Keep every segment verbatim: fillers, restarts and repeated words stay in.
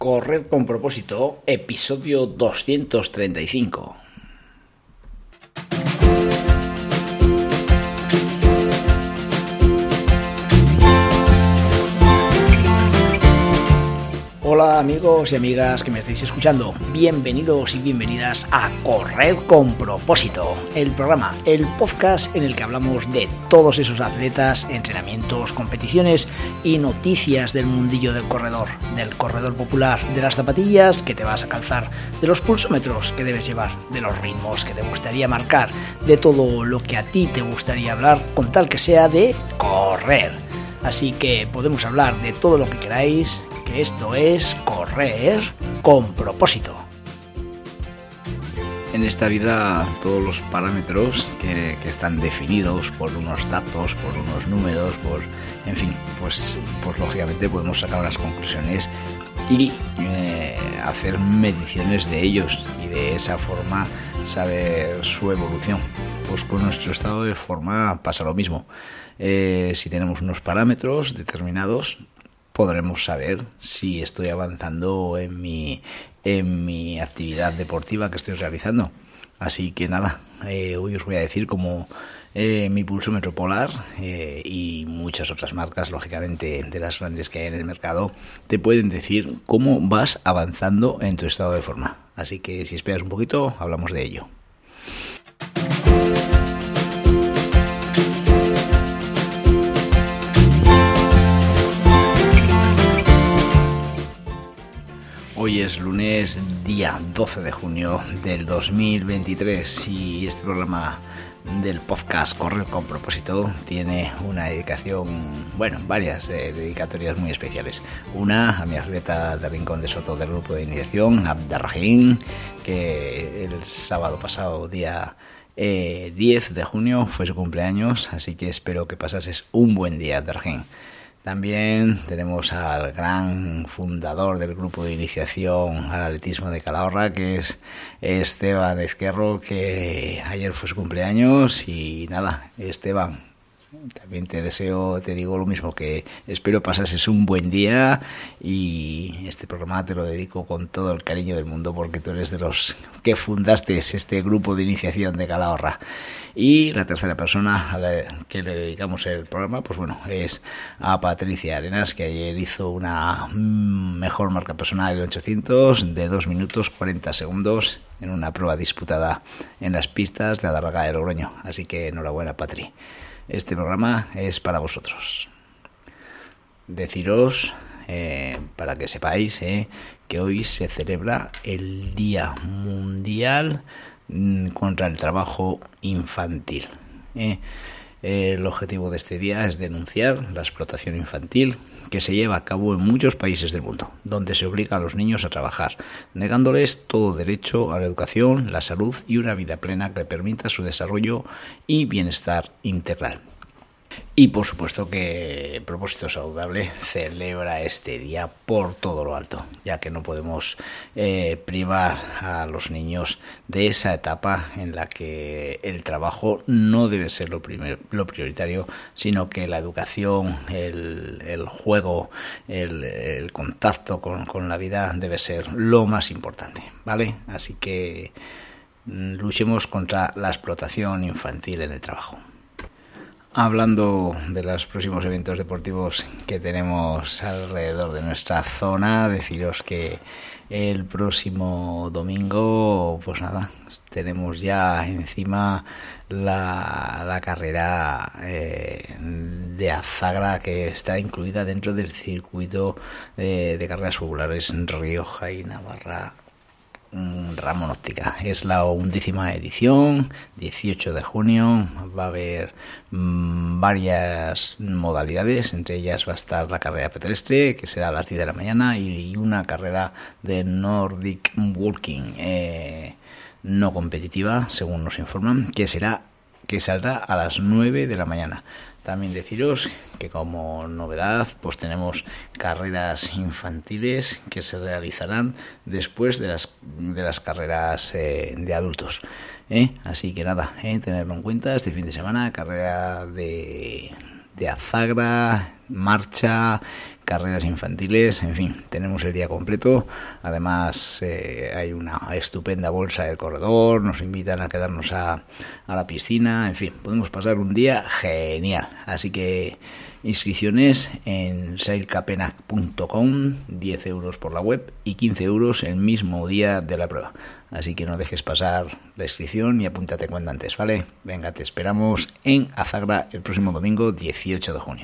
Correr con propósito, episodio doscientos treinta y cinco. Hola amigos y amigas que me estáis escuchando, bienvenidos y bienvenidas a Correr con propósito, el programa, el podcast en el que hablamos de todos esos atletas, entrenamientos, competiciones y noticias del mundillo del corredor, del corredor popular, de las zapatillas que te vas a calzar, de los pulsómetros que debes llevar, de los ritmos que te gustaría marcar, de todo lo que a ti te gustaría hablar con tal que sea de correr. Así que podemos hablar de todo lo que queráis, que esto es Correr con propósito. En esta vida todos los parámetros que, que están definidos por unos datos, por unos números, por, en fin, pues, pues lógicamente podemos sacar unas conclusiones y eh, hacer mediciones de ellos y de esa forma saber su evolución. Pues con nuestro estado de forma pasa lo mismo. Eh, si tenemos unos parámetros determinados, podremos saber si estoy avanzando en mi, en mi actividad deportiva que estoy realizando. Así que nada, eh, hoy os voy a decir cómo eh, mi pulsómetro polar eh, y muchas otras marcas, lógicamente de las grandes que hay en el mercado, te pueden decir cómo vas avanzando en tu estado de forma. Así que si esperas un poquito, hablamos de ello. Hoy es lunes, día doce de junio del dos mil veintitrés y este programa del podcast Correr con propósito tiene una dedicación, bueno, varias eh, dedicatorias muy especiales. Una a mi atleta de Rincón de Soto del grupo de iniciación, Abderrahim, que el sábado pasado, día eh, diez de junio, fue su cumpleaños, así que espero que pasases un buen día, Abderrahim. También tenemos al gran fundador del grupo de iniciación al atletismo de Calahorra, que es Esteban Ezquerro, que ayer fue su cumpleaños. Y nada, Esteban, también te deseo, te digo lo mismo, que espero pasases un buen día y este programa te lo dedico con todo el cariño del mundo porque tú eres de los que fundaste este grupo de iniciación de Calahorra. Y la tercera persona a la que le dedicamos el programa, pues bueno, es a Patricia Arenas, que ayer hizo una mejor marca personal en ochocientos de dos minutos cuarenta segundos en una prueba disputada en las pistas de Adarga de Logroño. Así que enhorabuena, Patri. Este programa es para vosotros. Deciros, eh, para que sepáis, eh, que hoy se celebra el Día Mundial contra el Trabajo Infantil. Eh, el objetivo de este día es denunciar la explotación infantil que se lleva a cabo en muchos países del mundo, donde se obliga a los niños a trabajar, negándoles todo derecho a la educación, la salud y una vida plena que permita su desarrollo y bienestar integral. Y por supuesto que Propósito Saludable celebra este día por todo lo alto, ya que no podemos eh, privar a los niños de esa etapa en la que el trabajo no debe ser lo, primer, lo prioritario, sino que la educación, el, el juego, el, el contacto con, con la vida debe ser lo más importante, ¿vale? Así que luchemos contra la explotación infantil en el trabajo. Hablando de los próximos eventos deportivos que tenemos alrededor de nuestra zona, deciros que el próximo domingo, pues nada, tenemos ya encima la, la carrera eh, de Azagra, que está incluida dentro del circuito de, de carreras populares Rioja y Navarra. Ramón Óptica. Es la undécima edición, dieciocho de junio. Va a haber mmm, varias modalidades, entre ellas va a estar la carrera pedestre, que será a las diez de la mañana, y una carrera de Nordic Walking eh, no competitiva, según nos informan, que será que saldrá a las nueve de la mañana. También deciros que como novedad pues tenemos carreras infantiles que se realizarán después de las de las carreras eh, de adultos. ¿eh? Así que nada, eh, tenerlo en cuenta este fin de semana, carrera de de Azagra, marcha, carreras infantiles, en fin, tenemos el día completo. Además eh, hay una estupenda bolsa del corredor, nos invitan a quedarnos a, a la piscina, en fin, podemos pasar un día genial. Así que inscripciones en sailcapenac punto com, diez euros por la web y quince euros el mismo día de la prueba. Así que no dejes pasar la inscripción y apúntate cuanto antes, ¿vale? Venga, te esperamos en Azagra el próximo domingo dieciocho de junio.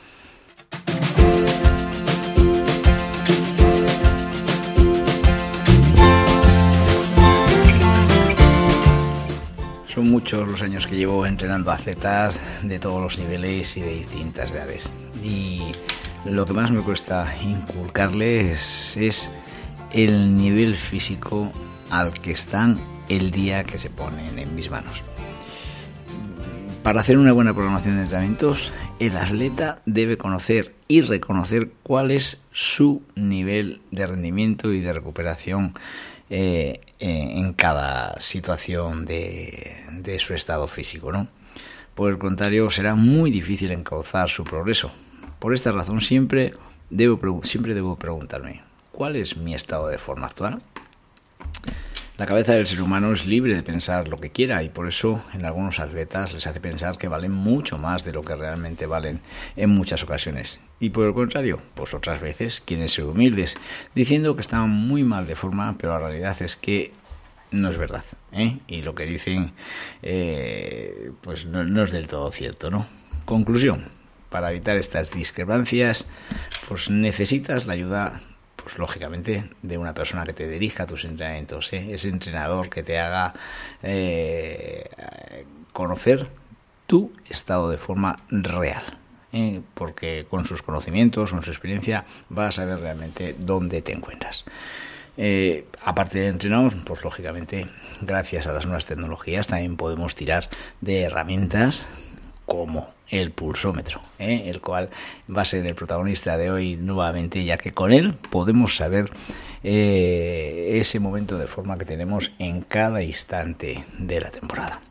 Son muchos los años que llevo entrenando atletas de todos los niveles y de distintas edades. Y lo que más me cuesta inculcarles es el nivel físico al que están el día que se ponen en mis manos. Para hacer una buena programación de entrenamientos, el atleta debe conocer y reconocer cuál es su nivel de rendimiento y de recuperación eh, eh, en cada situación de, de su estado físico, ¿no? Por el contrario, será muy difícil encauzar su progreso. Por esta razón, siempre debo, siempre debo preguntarme, ¿cuál es mi estado de forma actual? La cabeza del ser humano es libre de pensar lo que quiera y por eso en algunos atletas les hace pensar que valen mucho más de lo que realmente valen en muchas ocasiones. Y por el contrario, pues otras veces quieren ser humildes, diciendo que están muy mal de forma, pero la realidad es que no es verdad, ¿eh? Y lo que dicen eh, pues no, no es del todo cierto, ¿no? Conclusión, para evitar estas discrepancias, pues necesitas la ayuda, pues lógicamente, de una persona que te dirija a tus entrenamientos, ¿eh? Ese entrenador que te haga eh, conocer tu estado de forma real, ¿eh? Porque con sus conocimientos, con su experiencia, vas a ver realmente dónde te encuentras. Eh, aparte de entrenar, pues lógicamente, gracias a las nuevas tecnologías, también podemos tirar de herramientas como el pulsómetro, ¿eh? El cual va a ser el protagonista de hoy nuevamente, ya que con él podemos saber eh, ese momento de forma que tenemos en cada instante de la temporada.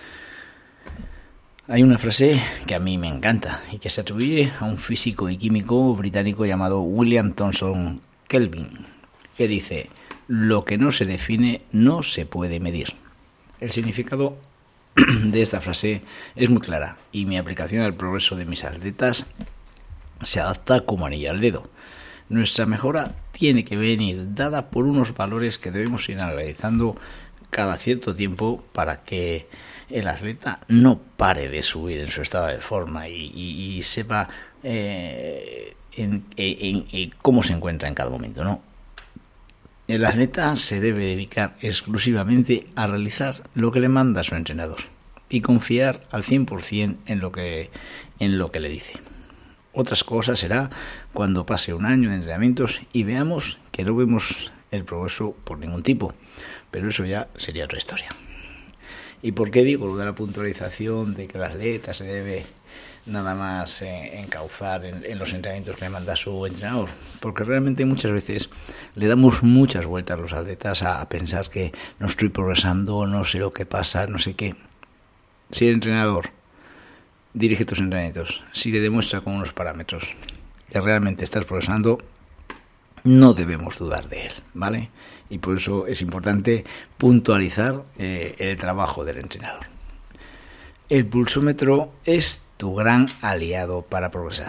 Hay una frase que a mí me encanta y que se atribuye a un físico y químico británico llamado William Thomson Kelvin, que dice: lo que no se define no se puede medir. El significado de esta frase es muy clara y mi aplicación al progreso de mis atletas se adapta como anillo al dedo. Nuestra mejora tiene que venir dada por unos valores que debemos ir analizando cada cierto tiempo para que el atleta no pare de subir en su estado de forma y, y, y sepa eh, en, en, en cómo se encuentra en cada momento, ¿no? El atleta se debe dedicar exclusivamente a realizar lo que le manda su entrenador y confiar al cien por ciento en lo que, en lo que le dice. Otras cosas será cuando pase un año de entrenamientos y veamos que no vemos el progreso por ningún tipo, pero eso ya sería otra historia. ¿Y por qué digo lo de la puntualización de que el atleta se debe nada más eh, encauzar en, en los entrenamientos que le manda su entrenador? Porque realmente muchas veces le damos muchas vueltas a los atletas a, a pensar que no estoy progresando, no sé lo que pasa, no sé qué. Si el entrenador dirige tus entrenamientos, si te demuestra con unos parámetros que realmente estás progresando, no debemos dudar de él, ¿vale? Y por eso es importante puntualizar eh, el trabajo del entrenador. El pulsómetro es tu gran aliado para progresar.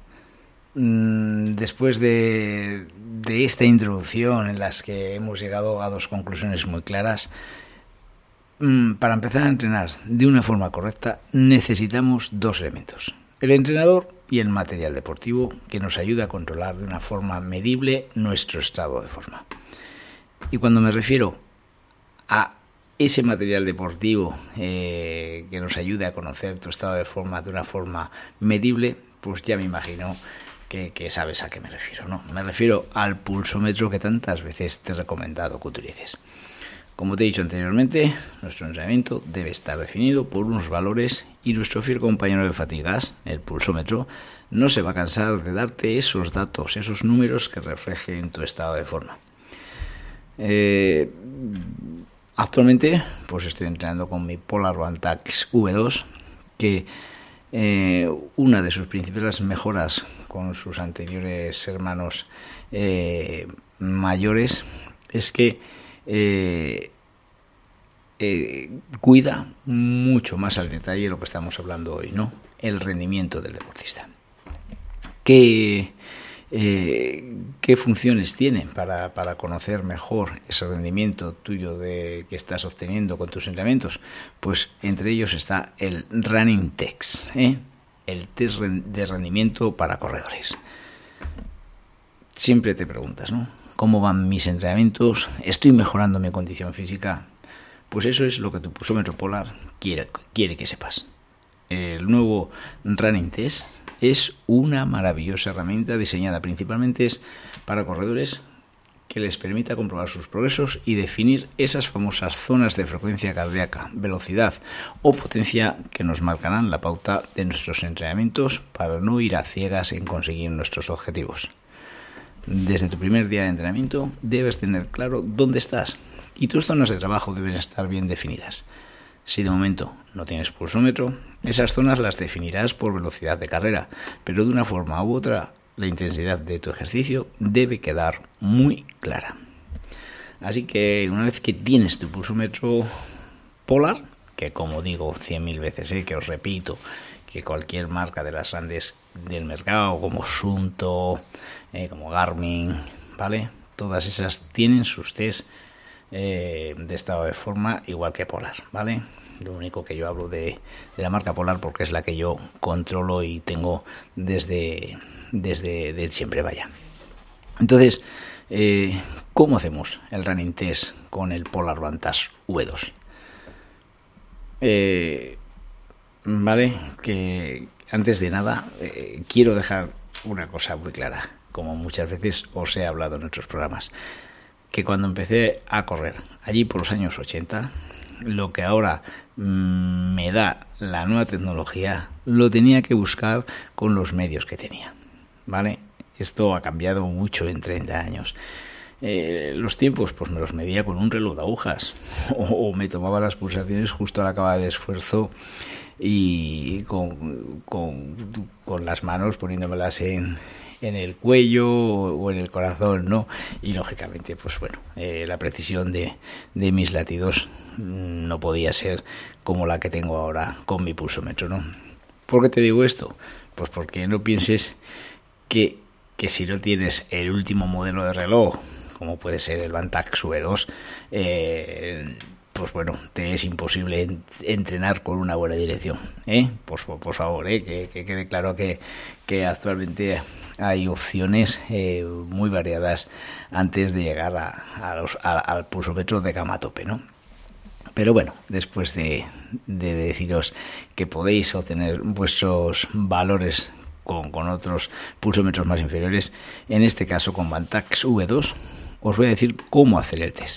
Después de, de esta introducción en las que hemos llegado a dos conclusiones muy claras, para empezar a entrenar de una forma correcta necesitamos dos elementos: el entrenador y el material deportivo que nos ayuda a controlar de una forma medible nuestro estado de forma. Y cuando me refiero a ese material deportivo eh, que nos ayude a conocer tu estado de forma de una forma medible, pues ya me imagino que, que sabes a qué me refiero, ¿no? Me refiero al pulsómetro que tantas veces te he recomendado que utilices. Como te he dicho anteriormente, nuestro entrenamiento debe estar definido por unos valores y nuestro fiel compañero de fatigas, el pulsómetro, no se va a cansar de darte esos datos, esos números que reflejen tu estado de forma. Eh, actualmente pues estoy entrenando con mi Polar One Tax V dos, que eh, una de sus principales mejoras con sus anteriores hermanos eh, mayores es que eh, eh, cuida mucho más al detalle lo que estamos hablando hoy, ¿no? El rendimiento del deportista. ¿Qué, eh, qué funciones tiene para, para conocer mejor ese rendimiento tuyo de, que estás obteniendo con tus entrenamientos? Pues entre ellos está el Running Test, ¿eh? El test de rendimiento para corredores. Siempre te preguntas, ¿no? ¿Cómo van mis entrenamientos? ¿Estoy mejorando mi condición física? Pues eso es lo que tu pulsómetro polar quiere, quiere que sepas. El nuevo Running Test es una maravillosa herramienta diseñada principalmente para corredores que les permita comprobar sus progresos y definir esas famosas zonas de frecuencia cardíaca, velocidad o potencia que nos marcarán la pauta de nuestros entrenamientos para no ir a ciegas en conseguir nuestros objetivos. Desde tu primer día de entrenamiento debes tener claro dónde estás y tus zonas de trabajo deben estar bien definidas. Si de momento no tienes pulsómetro, esas zonas las definirás por velocidad de carrera, pero de una forma u otra la intensidad de tu ejercicio debe quedar muy clara. Así que una vez que tienes tu pulsómetro polar, que como digo cien mil veces, ¿eh? que os repito, que cualquier marca de las grandes del mercado, como Sunto, eh, como Garmin, ¿vale? Todas esas tienen sus test eh, de estado de forma igual que Polar, ¿vale? Lo único que yo hablo de, de la marca Polar porque es la que yo controlo y tengo desde, desde, desde siempre, vaya. Entonces, eh, ¿cómo hacemos el running test con el Polar Vantage V dos? Eh, vale, que antes de nada eh, quiero dejar una cosa muy clara, como muchas veces os he hablado en otros programas, que cuando empecé a correr allí por los años ochenta, lo que ahora mmm, me da la nueva tecnología lo tenía que buscar con los medios que tenía, ¿vale? Esto ha cambiado mucho en treinta años. Eh, los tiempos pues me los medía con un reloj de agujas o, o me tomaba las pulsaciones justo al acabar el esfuerzo y con, con, con las manos poniéndomelas en, en el cuello o en el corazón, ¿no? Y lógicamente pues bueno, eh, la precisión de, de mis latidos no podía ser como la que tengo ahora con mi pulsómetro, ¿no? ¿Por qué te digo esto? Pues porque no pienses que, que si no tienes el último modelo de reloj, como puede ser el Vantage V dos, eh, pues bueno, te es imposible entrenar con una buena dirección, ¿eh? Pues por favor, ¿eh? que, que quede claro que, que actualmente hay opciones eh, muy variadas antes de llegar a, a los, a, al pulsómetro de gama tope, ¿no? Pero bueno, después de, de deciros que podéis obtener vuestros valores con, con otros pulsómetros más inferiores, en este caso con Vantage V dos, os voy a decir cómo hacer el test.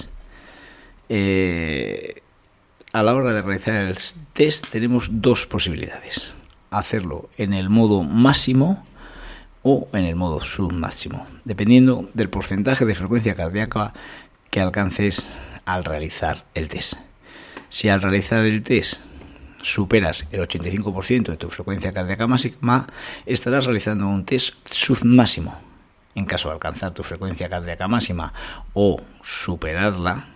Eh, a la hora de realizar el test tenemos dos posibilidades: hacerlo en el modo máximo o en el modo submáximo, dependiendo del porcentaje de frecuencia cardíaca que alcances al realizar el test. Si al realizar el test superas el ochenta y cinco por ciento de tu frecuencia cardíaca máxima, estarás realizando un test submáximo. En caso de alcanzar tu frecuencia cardíaca máxima o superarla,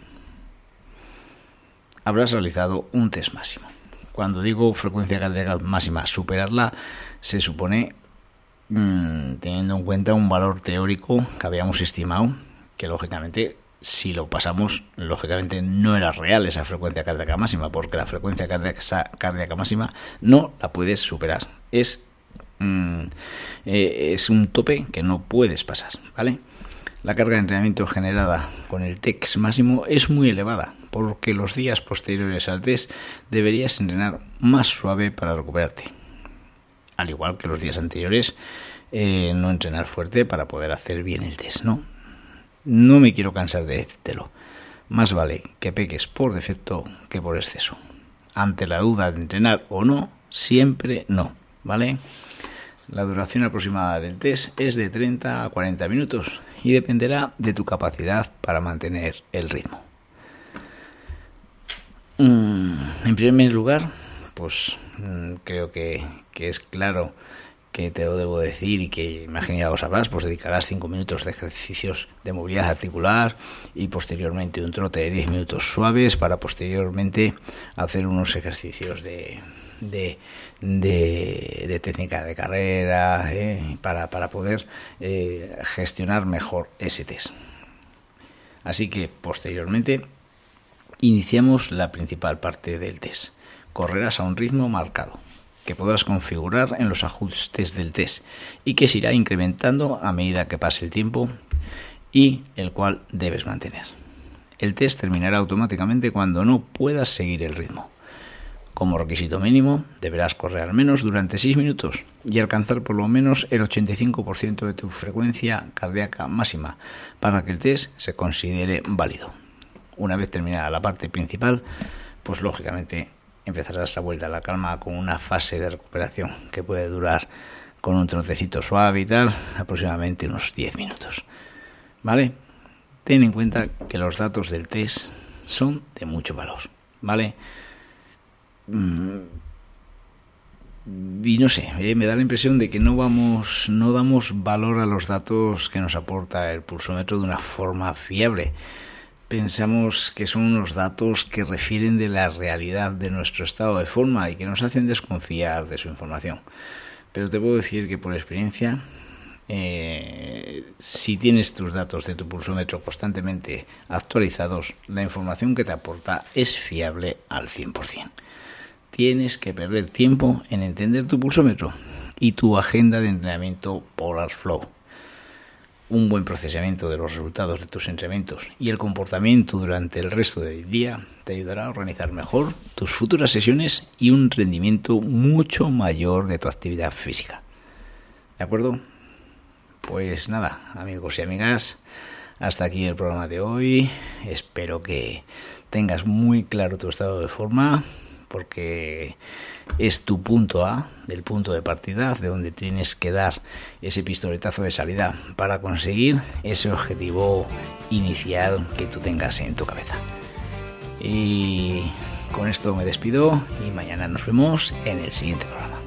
habrás realizado un test máximo. Cuando digo frecuencia cardíaca máxima, superarla, se supone mmm, teniendo en cuenta un valor teórico que habíamos estimado, que lógicamente si lo pasamos, lógicamente no era real esa frecuencia cardíaca máxima, porque la frecuencia cardíaca, cardíaca máxima no la puedes superar. Es, mm, eh, es un tope que no puedes pasar, ¿vale? La carga de entrenamiento generada con el test máximo es muy elevada, porque los días posteriores al test deberías entrenar más suave para recuperarte. Al igual que los días anteriores, eh, no entrenar fuerte para poder hacer bien el test, ¿no? No me quiero cansar de decírtelo. Más vale que peques por defecto que por exceso. Ante la duda de entrenar o no, siempre no, ¿vale? La duración aproximada del test es de treinta a cuarenta minutos y dependerá de tu capacidad para mantener el ritmo. En primer lugar, pues creo que, que es claro que te lo debo decir y que imagino ya lo sabrás, pues dedicarás cinco minutos de ejercicios de movilidad articular y posteriormente un trote de diez minutos suaves para posteriormente hacer unos ejercicios de, de, de, de técnica de carrera eh, para, para poder eh, gestionar mejor ese test. Así que posteriormente iniciamos la principal parte del test. Correrás a un ritmo marcado que podrás configurar en los ajustes del test y que se irá incrementando a medida que pase el tiempo y el cual debes mantener. El test terminará automáticamente cuando no puedas seguir el ritmo. Como requisito mínimo, deberás correr al menos durante seis minutos y alcanzar por lo menos el ochenta y cinco por ciento de tu frecuencia cardíaca máxima para que el test se considere válido. Una vez terminada la parte principal, pues lógicamente empezarás la vuelta a la calma con una fase de recuperación que puede durar, con un trotecito suave y tal, aproximadamente unos diez minutos. ¿Vale? Ten en cuenta que los datos del test son de mucho valor, ¿vale? Y no sé, eh, me da la impresión de que no vamos, no damos valor a los datos que nos aporta el pulsómetro de una forma fiable. Pensamos que son unos datos que refieren de la realidad de nuestro estado de forma y que nos hacen desconfiar de su información. Pero te puedo decir que por experiencia, eh, si tienes tus datos de tu pulsómetro constantemente actualizados, la información que te aporta es fiable al cien por ciento. Tienes que perder tiempo en entender tu pulsómetro y tu agenda de entrenamiento Polar Flow. Un buen procesamiento de los resultados de tus entrenamientos y el comportamiento durante el resto del día te ayudará a organizar mejor tus futuras sesiones y un rendimiento mucho mayor de tu actividad física. ¿De acuerdo? Pues nada, amigos y amigas, hasta aquí el programa de hoy. Espero que tengas muy claro tu estado de forma, porque es tu punto A, del punto de partida, de donde tienes que dar ese pistoletazo de salida para conseguir ese objetivo inicial que tú tengas en tu cabeza. Y con esto me despido y mañana nos vemos en el siguiente programa.